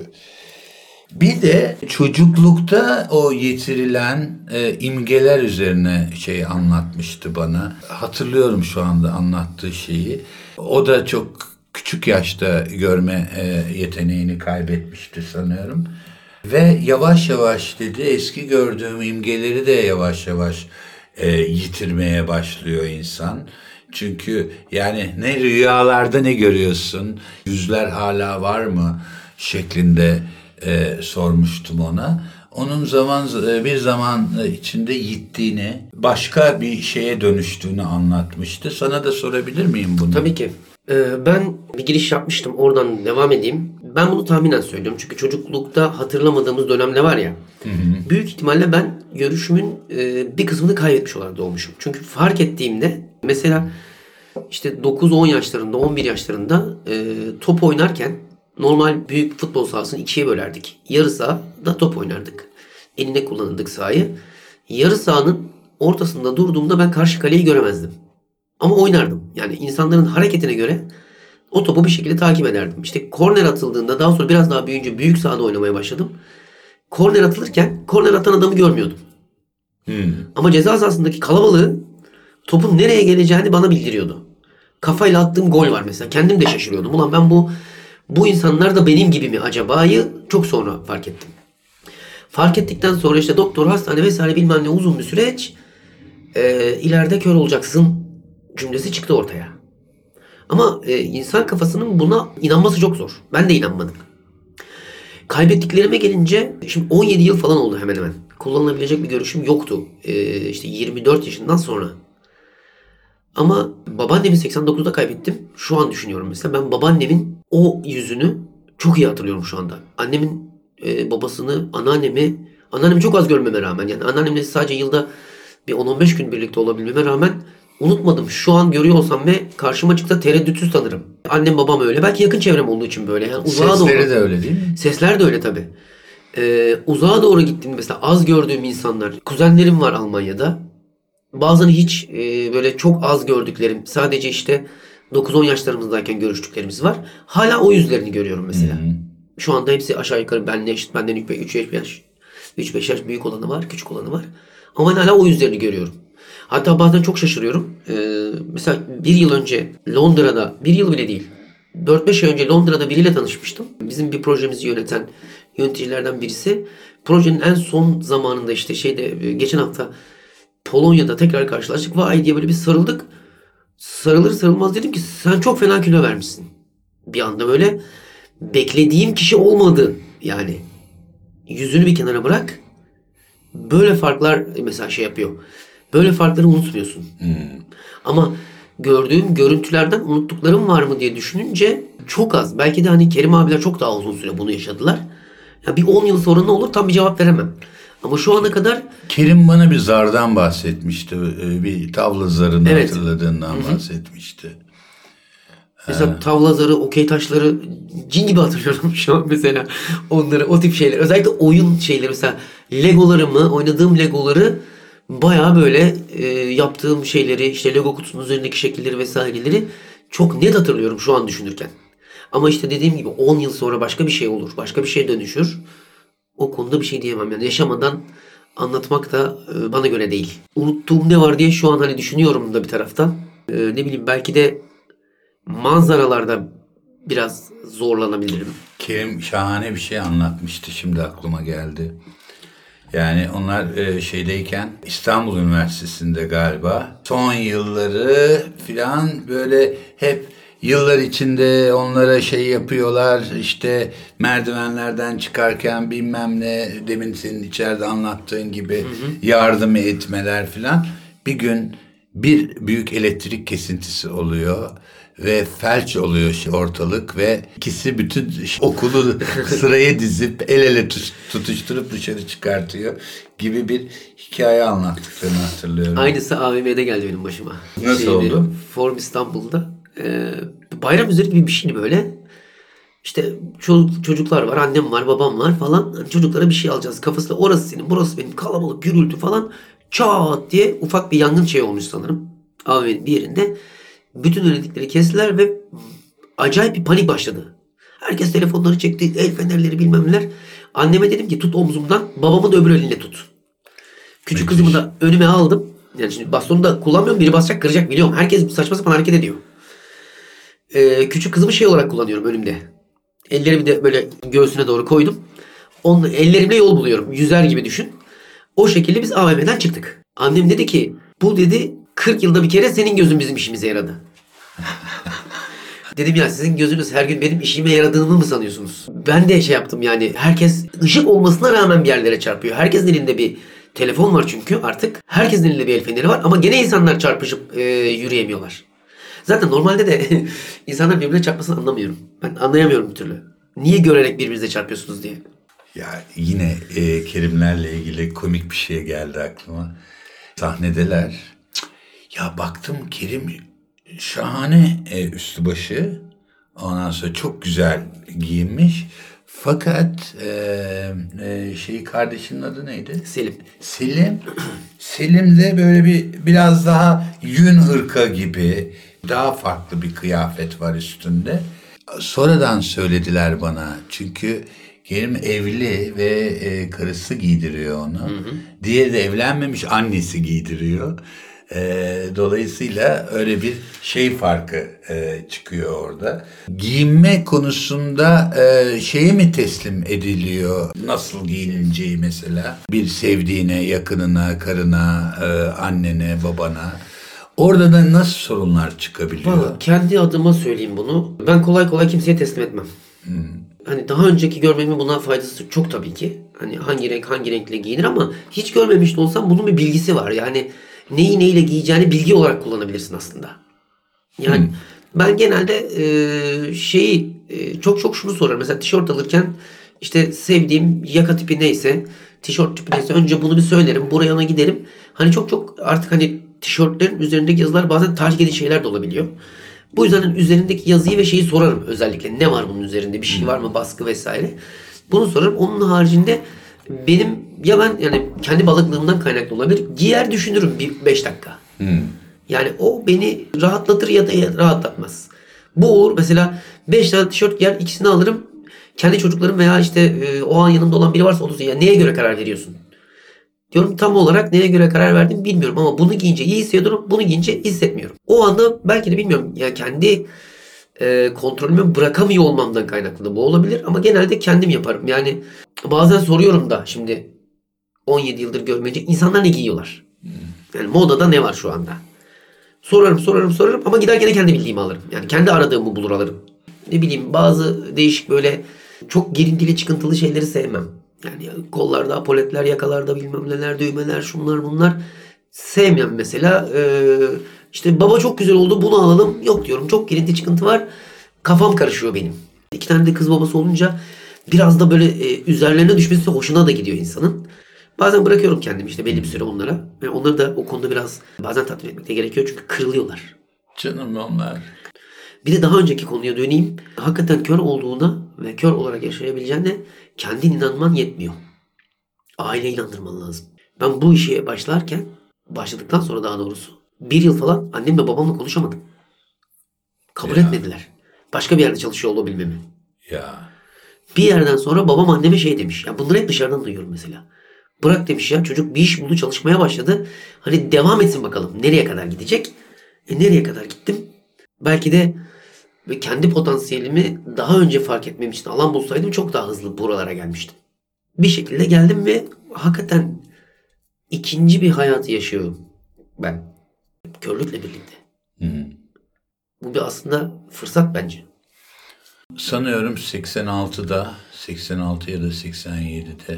S5: Bir de çocuklukta o yitirilen imgeler üzerine şey anlatmıştı bana. Hatırlıyorum şu anda anlattığı şeyi. O da çok küçük yaşta görme yeteneğini kaybetmişti sanıyorum. Ve yavaş yavaş dedi eski gördüğüm imgeleri de yavaş yavaş yitirmeye başlıyor insan. Çünkü yani ne rüyalarda ne görüyorsun, yüzler hala var mı şeklinde sormuştum ona. Onun bir zaman içinde yittiğini, başka bir şeye dönüştüğünü anlatmıştı. Sana da sorabilir miyim bunu?
S4: Tabii ki. Ben bir giriş yapmıştım. Oradan devam edeyim. Ben bunu tahminen söylüyorum. Çünkü çocuklukta hatırlamadığımız dönemde var ya. Büyük ihtimalle ben görüşümün bir kısmını kaybetmiş olarak doğmuşum. Çünkü fark ettiğimde mesela işte 9-10 yaşlarında, 11 yaşlarında top oynarken normal büyük futbol sahasını 2'ye bölerdik. Yarı sahada top oynardık. Eline kullanırdık sahayı. Yarı sahanın ortasında durduğumda ben karşı kaleyi göremezdim. Ama oynardım. Yani insanların hareketine göre o topu bir şekilde takip ederdim. İşte korner atıldığında daha sonra biraz daha büyüyünce büyük sahada oynamaya başladım. Korner atılırken korner atan adamı görmüyordum. Ama ceza sahasındaki kalabalığı topun nereye geleceğini bana bildiriyordu. Kafayla attığım gol var mesela. Kendim de şaşırıyordum. Ulan ben bu insanlar da benim gibi mi acaba'yı çok sonra fark ettim. Fark ettikten sonra işte doktor, hastane vesaire bilmem ne uzun bir süreç ileride kör olacaksın cümlesi çıktı ortaya. Ama insan kafasının buna inanması çok zor. Ben de inanmadım. Kaybettiklerime gelince şimdi 17 yıl falan oldu hemen hemen. Kullanılabilecek bir görüşüm yoktu. İşte 24 yaşından sonra. Ama babaannemi 89'da kaybettim. Şu an düşünüyorum mesela. Ben babaannemin o yüzünü çok iyi hatırlıyorum şu anda. Annemin babasını, anneannemi çok az görmeme rağmen, yani anneannemle sadece yılda bir 10-15 gün birlikte olabilmeme rağmen unutmadım. Şu an görüyor olsam ve karşıma çıksa tereddütsüz tanırım. Annem babam öyle. Belki yakın çevrem olduğu için böyle. Yani uzağa
S5: Sesleri
S4: doğru.
S5: de öyle değil mi?
S4: Sesler de öyle tabii. Uzağa doğru gittiğimde mesela az gördüğüm insanlar. Kuzenlerim var Almanya'da. Bazen hiç böyle çok az gördüklerim. Sadece işte 9-10 yaşlarımızdayken görüştüklerimiz var. Hala o yüzlerini görüyorum mesela. Şu anda hepsi aşağı yukarı benimle eşit. Benden 3-5 yaş büyük olanı var, küçük olanı var. Ama ben hala o yüzlerini görüyorum. Hatta bazen çok şaşırıyorum. Mesela bir yıl önce Londra'da, bir yıl bile değil, 4-5 ay önce Londra'da biriyle tanışmıştım. Bizim bir projemizi yöneten yöneticilerden birisi. Projenin en son zamanında işte geçen hafta Polonya'da tekrar karşılaştık. Vay diye böyle bir sarıldık. Sarılır sarılmaz dedim ki sen çok fena kilo vermişsin. Bir anda böyle beklediğim kişi olmadı yani. Yüzünü bir kenara bırak. Böyle farklar mesela yapıyor. Böyle farkları unutmuyorsun. Ama gördüğüm görüntülerden unuttuklarım var mı diye düşününce çok az. Belki de hani Kerim abiler çok daha uzun süre bunu yaşadılar. Ya bir 10 yıl sonra ne olur tam bir cevap veremem. Ama şu ana kadar...
S5: Kerim bana bir zardan bahsetmişti. Bir tavla zarını
S4: Evet.
S5: hatırladığından bahsetmişti.
S4: Mesela tavla zarı, okey taşları cin gibi hatırlıyorum şu an mesela. Onları, o tip şeyler. Özellikle oyun şeyleri mesela Legolarımı, oynadığım Legoları bayağı böyle yaptığım şeyleri, işte Lego kutusunun üzerindeki şekilleri vesaireleri çok net hatırlıyorum şu an düşünürken. Ama işte dediğim gibi 10 yıl sonra başka bir şey olur. Başka bir şeye dönüşür. O konuda bir şey diyemem. Yani yaşamadan anlatmak da bana göre değil. Unuttuğum ne var diye şu an hani düşünüyorum da bir taraftan. Ne bileyim belki de manzaralarda biraz zorlanabilirim.
S5: Kerim şahane bir şey anlatmıştı. Şimdi aklıma geldi. Yani onlar şeydeyken İstanbul Üniversitesi'nde galiba son yılları filan böyle hep yıllar içinde onlara şey yapıyorlar işte merdivenlerden çıkarken bilmem ne demin senin içeride anlattığın gibi yardım etmeler filan. Bir gün bir büyük elektrik kesintisi oluyor ve felç oluyor ortalık ve ikisi bütün okulu sıraya dizip el ele tutuşturup dışarı çıkartıyor gibi bir hikaye anlattıklarını hatırlıyorum.
S4: Aynısı AVM'de geldi benim başıma.
S5: Nasıl oldu?
S4: Forum İstanbul'da. Bayram üzeri gibi bir şeydi böyle. İşte çocuklar var, annem var, babam var falan. Hani çocuklara bir şey alacağız. Kafasında orası senin, burası benim, kalabalık, gürültü falan. Çat diye ufak bir yangın olmuş sanırım. AVM'nin bir yerinde. Bütün elektrikleri kestiler ve acayip bir panik başladı. Herkes telefonları çekti, el fenerleri bilmem neler. Anneme dedim ki tut omzumdan, babamı da öbür elinle tut. Küçük kızımı da önüme aldım. Yani şimdi bastonu da kullanmıyorum, biri basacak kıracak biliyorum. Herkes saçma sapan hareket ediyor. Küçük kızımı olarak kullanıyorum önümde. Ellerimi de böyle göğsüne doğru koydum. Ellerimle yol buluyorum. Yüzer gibi düşün. O şekilde biz AVM'den çıktık. Annem dedi ki bu dedi 40 yılda bir kere senin gözün bizim işimize yaradı. Dedim ya sizin gözünüz her gün benim işime yaradığını mı sanıyorsunuz? Ben de yaptım yani. Herkes ışık olmasına rağmen bir yerlere çarpıyor. Herkesin elinde bir telefon var çünkü artık. Herkesin elinde bir el feneri var ama gene insanlar çarpışıp yürüyemiyorlar. Zaten normalde de insanlar birbirine çarpmasını anlamıyorum. Ben anlayamıyorum bir türlü. Niye görerek birbirinize çarpıyorsunuz diye.
S5: Ya yine Kerimlerle ilgili komik bir şey geldi aklıma. Sahnedeler. Ya baktım Kerim şahane üstü başı. Ondan sonra çok güzel giyinmiş. Fakat kardeşinin adı neydi?
S4: Selim.
S5: Selim de böyle biraz daha yün hırka gibi daha farklı bir kıyafet var üstünde. Sonradan söylediler bana. Çünkü Kerim evli ve karısı giydiriyor onu. Diğeri de evlenmemiş, annesi giydiriyor. Dolayısıyla öyle bir farkı çıkıyor orada. Giyinme konusunda şeye mi teslim ediliyor? Nasıl giyinileceği mesela? Bir sevdiğine, yakınına, karına, annene, babana. Orada da nasıl sorunlar çıkabiliyor?
S4: Vallahi kendi adıma söyleyeyim bunu. Ben kolay kolay kimseye teslim etmem. Hani daha önceki görmemin buna faydası çok tabii ki. Hani hangi renkle giyinir ama hiç görmemiş de olsam bunun bir bilgisi var. Yani neyi neyle giyeceğini bilgi olarak kullanabilirsin aslında. Yani ben genelde çok şunu sorarım. Mesela tişört alırken işte sevdiğim yaka tipi neyse, tişört tipi neyse önce bunu bir söylerim. Buraya giderim. Hani çok artık hani tişörtlerin üzerindeki yazılar bazen tercih edici şeyler de olabiliyor. Bu yüzden üzerindeki yazıyı ve şeyi sorarım özellikle. Ne var bunun üzerinde? Bir şey var mı? Baskı vesaire. Bunu sorarım. Onun haricinde benim ya ben yani kendi balıklığımdan kaynaklı olabilir. Giyer düşünürüm bir 5 dakika. Yani o beni rahatlatır ya da rahatlatmaz. Bu olur. Mesela 5 tane tişört giyer, ikisini alırım. Kendi çocuklarım veya işte o an yanımda olan biri varsa o da ya neye göre karar veriyorsun? Diyorum tam olarak neye göre karar verdim bilmiyorum ama bunu giyince iyi hissediyorum, bunu giyince hissetmiyorum. O anda belki de bilmiyorum ya kendi kontrolümü bırakamıyor olmamdan kaynaklı da bu olabilir ama genelde kendim yaparım. Yani bazen soruyorum da şimdi 17 yıldır görmeyince insanlar ne giyiyorlar? Yani modada ne var şu anda? Sorarım ama giderken de kendi bildiğimi alırım. Yani kendi aradığımı bulur alırım. Ne bileyim bazı değişik böyle çok girintili çıkıntılı şeyleri sevmem. Yani kollarda apoletler, yakalarda bilmem neler, düğmeler, şunlar bunlar sevmem mesela. İşte baba çok güzel oldu bunu alalım. Yok diyorum çok girinti çıkıntı var. Kafam karışıyor benim. 2 tane de kız babası olunca biraz da böyle üzerlerine düşmesi hoşuna da gidiyor insanın. Bazen bırakıyorum kendimi işte belli bir süre onlara. Ve onları da o konuda biraz bazen tatmin etmek de gerekiyor çünkü kırılıyorlar.
S5: Canım onlar.
S4: Bir de daha önceki konuya döneyim. Hakikaten kör olduğuna ve kör olarak yaşayabileceğine kendin inanman yetmiyor. Aile inandırman lazım. Ben bu işe başladıktan sonra daha doğrusu 1 yıl falan annemle babamla konuşamadım. Kabul etmediler. Başka bir yerde çalışıyor olabilmemi.
S5: Ya.
S4: Bir yerden sonra babam anneme şey demiş. Ya bunları hep dışarıdan duyuyorum mesela. Bırak demiş ya çocuk bir iş buldu çalışmaya başladı. Hani devam etsin bakalım. Nereye kadar gidecek? Nereye kadar gittim? Belki de ve kendi potansiyelimi daha önce fark etmem için alan bulsaydım çok daha hızlı buralara gelmiştim. Bir şekilde geldim ve hakikaten ikinci bir hayatı yaşıyorum ben. Körlükle birlikte. Bu bir aslında fırsat bence.
S5: Sanıyorum 86 ya da 87'de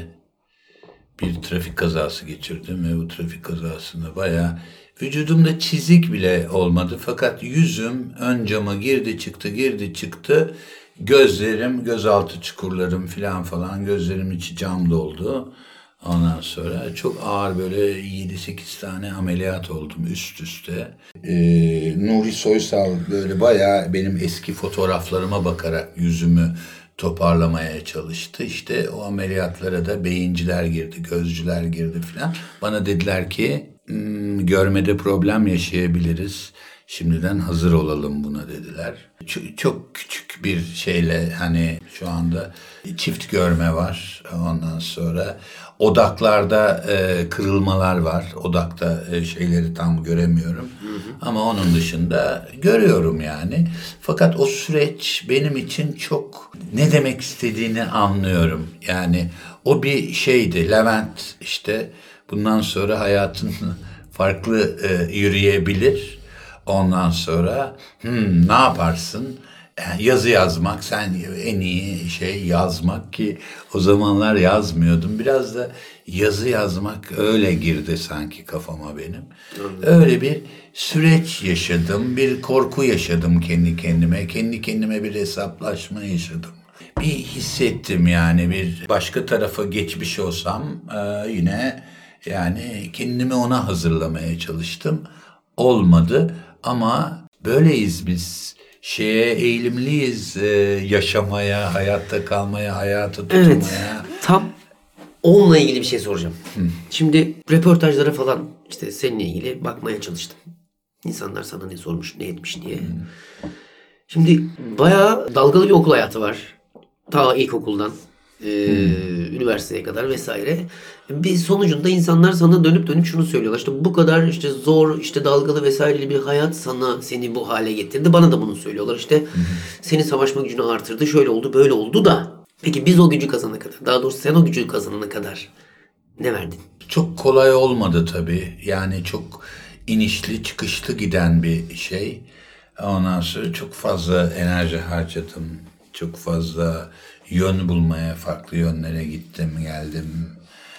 S5: bir trafik kazası geçirdim ve bu trafik kazasında bayağı vücudumda çizik bile olmadı. Fakat yüzüm ön cama girdi çıktı. Gözlerim, gözaltı çukurlarım falan gözlerim içi cam doldu. Ondan sonra çok ağır böyle 7-8 tane ameliyat oldum üst üste. Nuri Soysal böyle bayağı benim eski fotoğraflarıma bakarak yüzümü toparlamaya çalıştı. İşte o ameliyatlara da beyinciler girdi, gözcüler girdi falan. Bana dediler ki görmede problem yaşayabiliriz. Şimdiden hazır olalım buna dediler. Çok küçük bir şeyle hani şu anda çift görme var. Ondan sonra odaklarda kırılmalar var. Odakta şeyleri tam göremiyorum. Ama onun dışında görüyorum yani. Fakat o süreç benim için çok ne demek istediğini anlıyorum. Yani o bir şeydi. Levent işte bundan sonra hayatın farklı yürüyebilir. Ondan sonra ne yaparsın? Yani yazı yazmak, sen en iyi şey yazmak ki o zamanlar yazmıyordum. Biraz da yazı yazmak öyle girdi sanki kafama benim. Öyle bir süreç yaşadım, bir korku yaşadım kendi kendime bir hesaplaşma yaşadım. Bir hissettim yani bir başka tarafa geçmiş olsam yine yani kendimi ona hazırlamaya çalıştım. Olmadı ama böyleyiz biz. Eğilimliyiz yaşamaya, hayatta kalmaya, hayatı tutmaya.
S4: Evet, tam onunla ilgili bir şey soracağım. Şimdi röportajlara falan işte seninle ilgili bakmaya çalıştım. İnsanlar sana ne sormuş, ne etmiş diye. Şimdi bayağı dalgalı bir okul hayatı var. Ta ilkokuldan üniversiteye kadar vesaire. Bir sonucunda insanlar sana dönüp şunu söylüyorlar. İşte bu kadar işte zor, işte dalgalı vesaireli bir hayat seni bu hale getirdi. Bana da bunu söylüyorlar. İşte senin savaşma gücünü artırdı. Şöyle oldu, böyle oldu da. Peki biz o gücü kazanana kadar, daha doğrusu sen o gücü kazanana kadar ne verdin?
S5: Çok kolay olmadı tabii. Yani çok inişli çıkışlı giden bir şey. Ondan sonra çok fazla enerji harcadım. Çok fazla yön bulmaya, farklı yönlere gittim, geldim.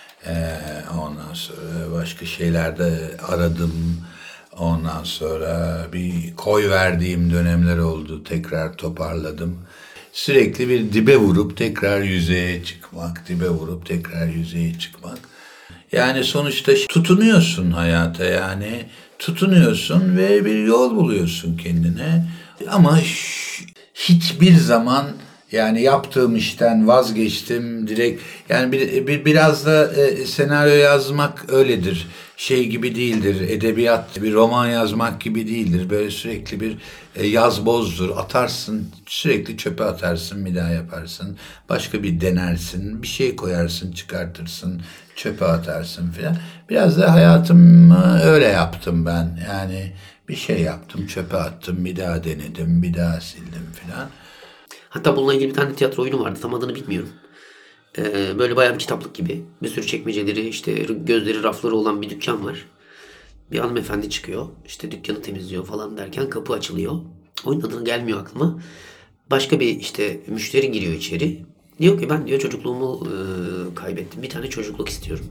S5: Ondan sonra başka şeylerde aradım. Ondan sonra bir koy verdiğim dönemler oldu. Tekrar toparladım. Sürekli bir dibe vurup tekrar yüzeye çıkmak, dibe vurup tekrar yüzeye çıkmak. Yani sonuçta tutunuyorsun hayata, yani tutunuyorsun ve bir yol buluyorsun kendine. Ama hiçbir zaman yani yaptığım işten vazgeçtim direkt. Yani biraz da senaryo yazmak öyledir. Şey gibi değildir. Edebiyat, bir roman yazmak gibi değildir. Böyle sürekli bir yaz bozdur. Atarsın, sürekli çöpe atarsın, bir daha yaparsın. Başka bir denersin, bir şey koyarsın, çıkartırsın, çöpe atarsın filan. Biraz da hayatımı öyle yaptım ben. Yani bir şey yaptım, çöpe attım, bir daha denedim, bir daha sildim filan.
S4: Hatta bununla ilgili bir tane tiyatro oyunu vardı. Tam adını bilmiyorum. Böyle bayağı bir kitaplık gibi. Bir sürü çekmeceleri, işte gözleri, rafları olan bir dükkan var. Bir hanımefendi çıkıyor. İşte dükkanı temizliyor falan derken kapı açılıyor. Oyunun adını gelmiyor aklıma. Başka bir işte müşteri giriyor içeri. Diyor ki ben diyor çocukluğumu kaybettim. Bir tane çocukluk istiyorum.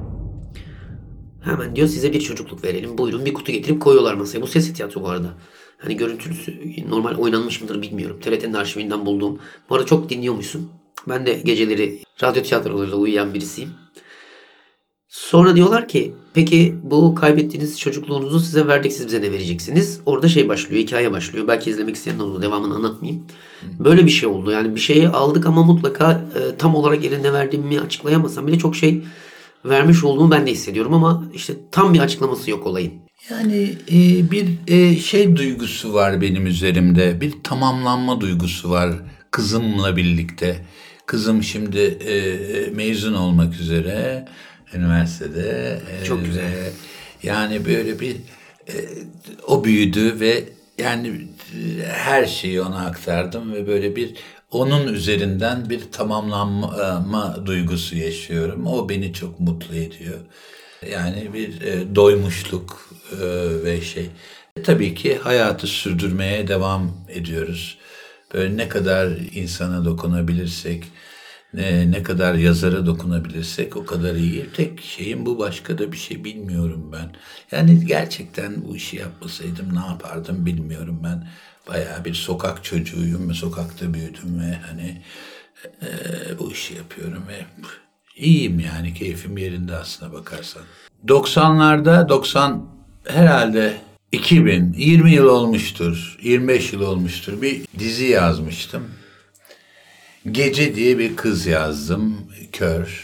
S4: Hemen diyor size bir çocukluk verelim. Buyurun, bir kutu getirip koyuyorlar masaya. Bu sesli tiyatro bu arada. Hani görüntüsü normal oynanmış mıdır bilmiyorum. TRT'nin arşivinden bulduğum. Bu arada çok dinliyormuşsun. Ben de geceleri radyo tiyatrolarında uyuyan birisiyim. Sonra diyorlar ki peki bu kaybettiğiniz çocukluğunuzu size verdik, siz bize ne vereceksiniz? Orada şey başlıyor, hikaye başlıyor. Belki izlemek isteyenler olur, devamını anlatmayayım. Böyle bir şey oldu. Yani bir şeyi aldık ama mutlaka tam olarak eline verdiğimi açıklayamasam bile çok şey vermiş olduğumu ben de hissediyorum ama işte tam bir açıklaması yok olayın.
S5: Yani bir şey duygusu var benim üzerimde. Bir tamamlanma duygusu var kızımla birlikte. Kızım şimdi mezun olmak üzere üniversitede.
S4: Çok güzel.
S5: Yani böyle bir o büyüdü ve yani her şeyi ona aktardım ve böyle bir onun üzerinden bir tamamlanma duygusu yaşıyorum. O beni çok mutlu ediyor. Yani bir doymuşluk ve şey. Tabii ki hayatı sürdürmeye devam ediyoruz. Böyle ne kadar insana dokunabilirsek, ne kadar yazara dokunabilirsek o kadar iyi. Tek şeyim bu, başka da bir şey bilmiyorum ben. Yani gerçekten bu işi yapmasaydım ne yapardım bilmiyorum ben. Bayağı bir sokak çocuğuyum ve sokakta büyüdüm ve hani bu işi yapıyorum ve iyiyim yani, keyfim yerinde aslına bakarsan. 90 herhalde 20 yıl olmuştur, 25 yıl olmuştur. Bir dizi yazmıştım. Gece diye bir kız yazdım, kör.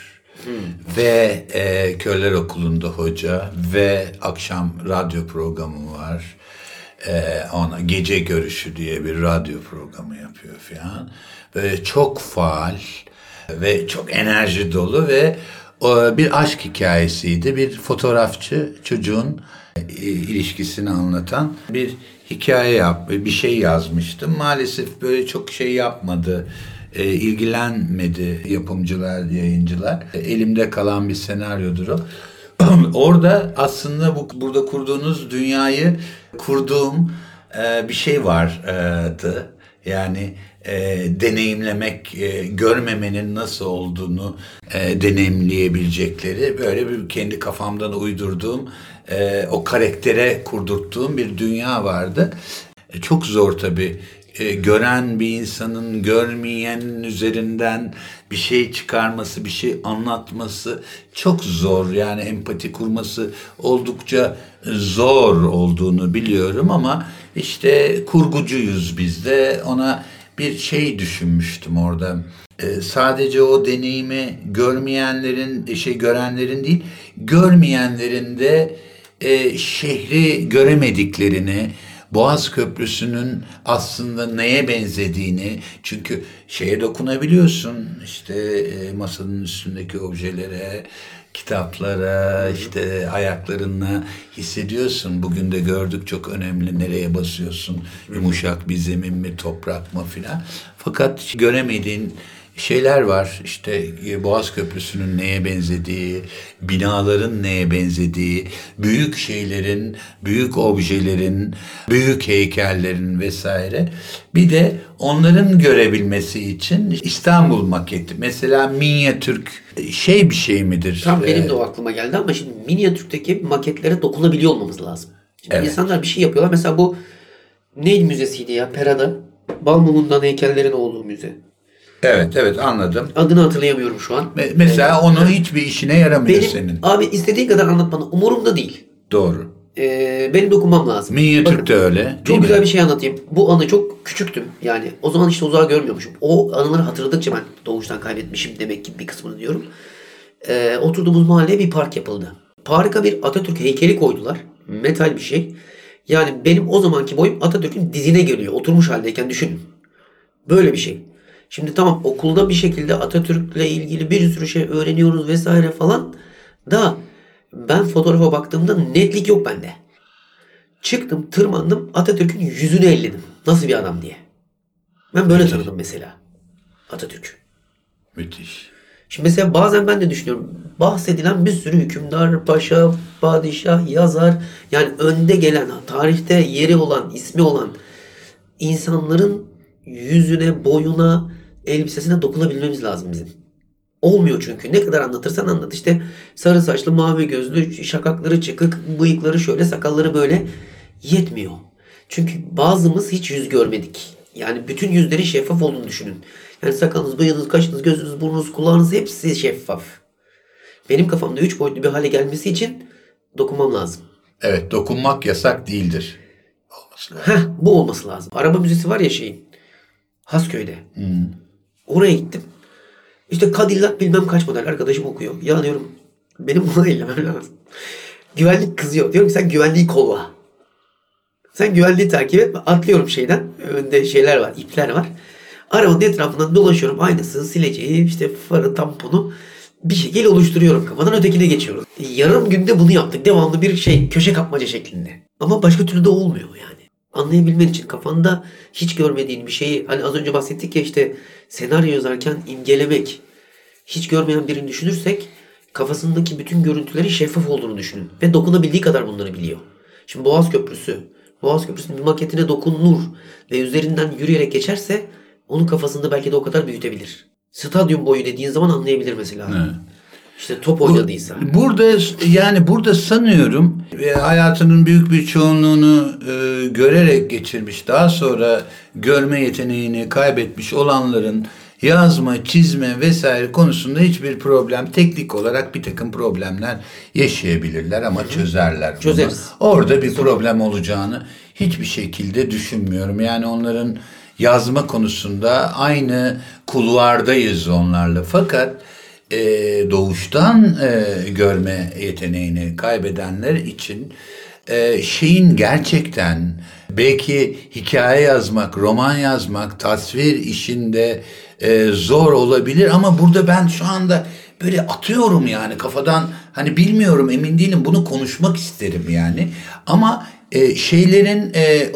S5: Ve Körler Okulu'nda hoca ve akşam radyo programı var. Ona Gece Görüşü diye bir radyo programı yapıyor falan. Böyle çok faal ve çok enerji dolu ve bir aşk hikayesiydi. Bir fotoğrafçı çocuğun ilişkisini anlatan bir hikaye bir şey yazmıştım. Maalesef böyle çok şey yapmadı. İlgilenmedi yapımcılar, yayıncılar. Elimde kalan bir senaryodur o. Orada aslında burada kurduğunuz dünyayı kurduğum bir şey vardı. Yani deneyimlemek, görmemenin nasıl olduğunu deneyimleyebilecekleri böyle bir kendi kafamdan uydurduğum, o karaktere kurdurttuğum bir dünya vardı. Çok zor tabii. Gören bir insanın görmeyenin üzerinden bir şey çıkarması, bir şey anlatması çok zor. Yani empati kurması oldukça zor olduğunu biliyorum ama işte kurgucuyuz biz de. Ona bir şey düşünmüştüm orada. Sadece o deneyimi görenlerin değil, görmeyenlerin de şehri göremediklerini, Boğaz Köprüsü'nün aslında neye benzediğini, çünkü şeye dokunabiliyorsun, işte masanın üstündeki objelere, kitaplara, işte ayaklarınla hissediyorsun. Bugün de gördük, çok önemli, nereye basıyorsun, yumuşak bir zemin mi, toprak mı filan. Fakat göremediğin şeyler var. İşte Boğaz Köprüsü'nün neye benzediği, binaların neye benzediği, büyük şeylerin, büyük objelerin, büyük heykellerin vesaire. Bir de onların görebilmesi için İstanbul maketi. Mesela Minyatürk bir şey midir?
S4: Tam benim de o aklıma geldi ama şimdi Minyatürk'teki maketlere dokunabiliyor olmamız lazım. Şimdi
S5: Evet.
S4: İnsanlar bir şey yapıyorlar. Mesela bu neydi müzesiydi ya? Pera'da. Balmumundan heykellerin olduğu müze.
S5: Evet anladım.
S4: Adını hatırlayamıyorum şu an.
S5: Mesela onu hiçbir işine yaramıyor
S4: Benim
S5: senin.
S4: abi istediğin kadar anlatmanı umurumda değil.
S5: Doğru.
S4: Benim dokunmam lazım.
S5: Minyatür
S4: Bakın,
S5: de öyle. Değil
S4: çok
S5: mi?
S4: güzel bir şey anlatayım. Bu anı çok küçüktüm. Yani o zaman işte uzağı görmüyormuşum. O anıları hatırladıkça ben doğuştan kaybetmişim demek ki bir kısmını diyorum. Oturduğumuz mahalleye bir park yapıldı. Parka bir Atatürk heykeli koydular. Metal bir şey. Yani benim o zamanki boyum Atatürk'ün dizine geliyor. Oturmuş haldeyken düşünün. Böyle bir şey. Şimdi tamam okulda bir şekilde Atatürk'le ilgili bir sürü şey öğreniyoruz vesaire falan. Da ben fotoğrafa baktığımda netlik yok bende. Çıktım, tırmandım, Atatürk'ün yüzünü elledim. Nasıl bir adam diye. Ben böyle tanıdım mesela Atatürk.
S5: Müthiş.
S4: Şimdi mesela bazen ben de düşünüyorum. Bahsedilen bir sürü hükümdar, paşa, padişah, yazar. Yani önde gelen, tarihte yeri olan, ismi olan insanların yüzüne, boyuna, elbisesine dokunabilmemiz lazım bizim. Olmuyor çünkü. Ne kadar anlatırsan anlat. İşte sarı saçlı, mavi gözlü, şakakları çıkık, bıyıkları şöyle, sakalları böyle yetmiyor. Çünkü bazımız hiç yüz görmedik. Yani bütün yüzlerin şeffaf olduğunu düşünün. Yani sakalınız, bıyığınız, kaşınız, gözünüz, burnunuz, kulağınız hepsi şeffaf. Benim kafamda 3 boyutlu bir hale gelmesi için dokunmam lazım.
S5: Evet, dokunmak yasak değildir. Olması lazım.
S4: Bu olması lazım. Araba müzesi var ya Hasköy'de. Oraya gittim. İşte Cadillac bilmem kaç model arkadaşım okuyor. Ya diyorum benim bunu ellemem lazım. Güvenlik kızıyor. Diyorum ki sen güvenliği kolla. Sen güvenliği takip et. Atlıyorum şeyden. Önde şeyler var, ipler var. Arabanın etrafından dolaşıyorum. Aynası, sileceği, işte farı, tamponu bir şekilde oluşturuyorum. Kafadan ötekine geçiyoruz. Yarım günde bunu yaptık. Devamlı bir köşe kapmaca şeklinde. Ama başka türlü de olmuyor yani. Anlayabilmen için kafanda hiç görmediğin bir şeyi, hani az önce bahsettik ya işte senaryo yazarken imgelemek. Hiç görmeyen birini düşünürsek kafasındaki bütün görüntülerin şeffaf olduğunu düşünün. Ve dokunabildiği kadar bunları biliyor. Şimdi Boğaz Köprüsü'nün bir maketine dokunulur ve üzerinden yürüyerek geçerse onun kafasında belki de o kadar büyütebilir. Stadyum boyu dediğin zaman anlayabilir mesela.
S5: Evet.
S4: İşte top oynadıysa.
S5: Burada sanıyorum hayatının büyük bir çoğunluğunu görerek geçirmiş, daha sonra görme yeteneğini kaybetmiş olanların yazma, çizme vesaire konusunda hiçbir problem, teknik olarak bir takım problemler yaşayabilirler ama çözerler bunu.
S4: Çözeriz.
S5: Orada bir problem olacağını hiçbir şekilde düşünmüyorum. Yani onların yazma konusunda aynı kulvardayız onlarla. Fakat doğuştan görme yeteneğini kaybedenler için şeyin gerçekten belki hikaye yazmak, roman yazmak, tasvir işinde zor olabilir ama burada ben şu anda böyle atıyorum yani kafadan, hani bilmiyorum, emin değilim, bunu konuşmak isterim yani ama şeylerin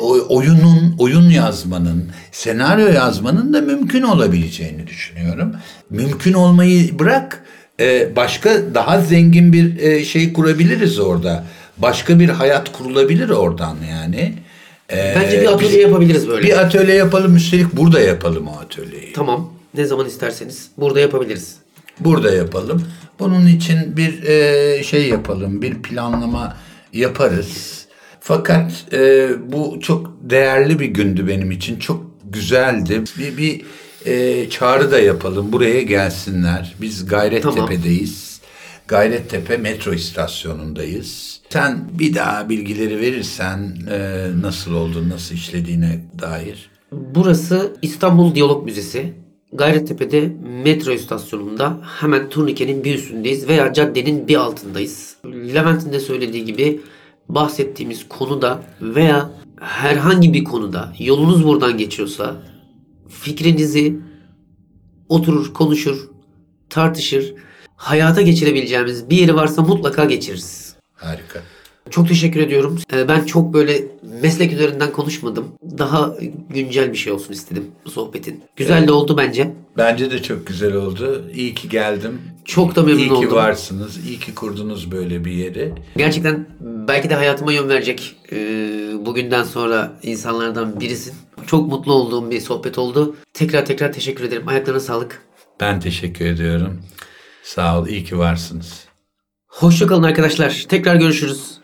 S5: oyun yazmanın, senaryo yazmanın da mümkün olabileceğini düşünüyorum. Mümkün olmayı bırak, başka daha zengin bir şey kurabiliriz orada. Başka bir hayat kurulabilir oradan yani.
S4: Bence bir atölye yapabiliriz böyle.
S5: Bir atölye yapalım, üstelik burada yapalım o atölyeyi.
S4: Tamam. Ne zaman isterseniz burada yapabiliriz.
S5: Burada yapalım. Bunun için bir şey yapalım, bir planlama yaparız. Fakat bu çok değerli bir gündü benim için. Çok güzeldi. Bir çağrı da yapalım. Buraya gelsinler. Biz Gayrettepe'deyiz. Gayrettepe metro istasyonundayız. Sen bir daha bilgileri verirsen nasıl oldu, nasıl işlediğine dair.
S4: Burası İstanbul Diyalog Müzesi. Gayrettepe'de metro istasyonunda hemen turnikenin bir üstündeyiz veya caddenin bir altındayız. Levent'in de söylediği gibi bahsettiğimiz konuda veya herhangi bir konuda yolunuz buradan geçiyorsa fikrinizi oturur, konuşur, tartışır, hayata geçirebileceğimiz bir yeri varsa mutlaka geçiririz.
S5: Harika.
S4: Çok teşekkür ediyorum. Ben çok böyle meslek üzerinden konuşmadım. Daha güncel bir şey olsun istedim bu sohbetin. Güzel de oldu bence.
S5: Bence de çok güzel oldu. İyi ki geldim.
S4: Çok da memnun oldum.
S5: İyi ki varsınız. İyi ki kurdunuz böyle bir yeri.
S4: Gerçekten belki de hayatıma yön verecek bugünden sonra insanlardan birisin. Çok mutlu olduğum bir sohbet oldu. Tekrar teşekkür ederim. Ayaklarına sağlık.
S5: Ben teşekkür ediyorum. Sağ ol. İyi ki varsınız.
S4: Hoşça kalın arkadaşlar. Tekrar görüşürüz.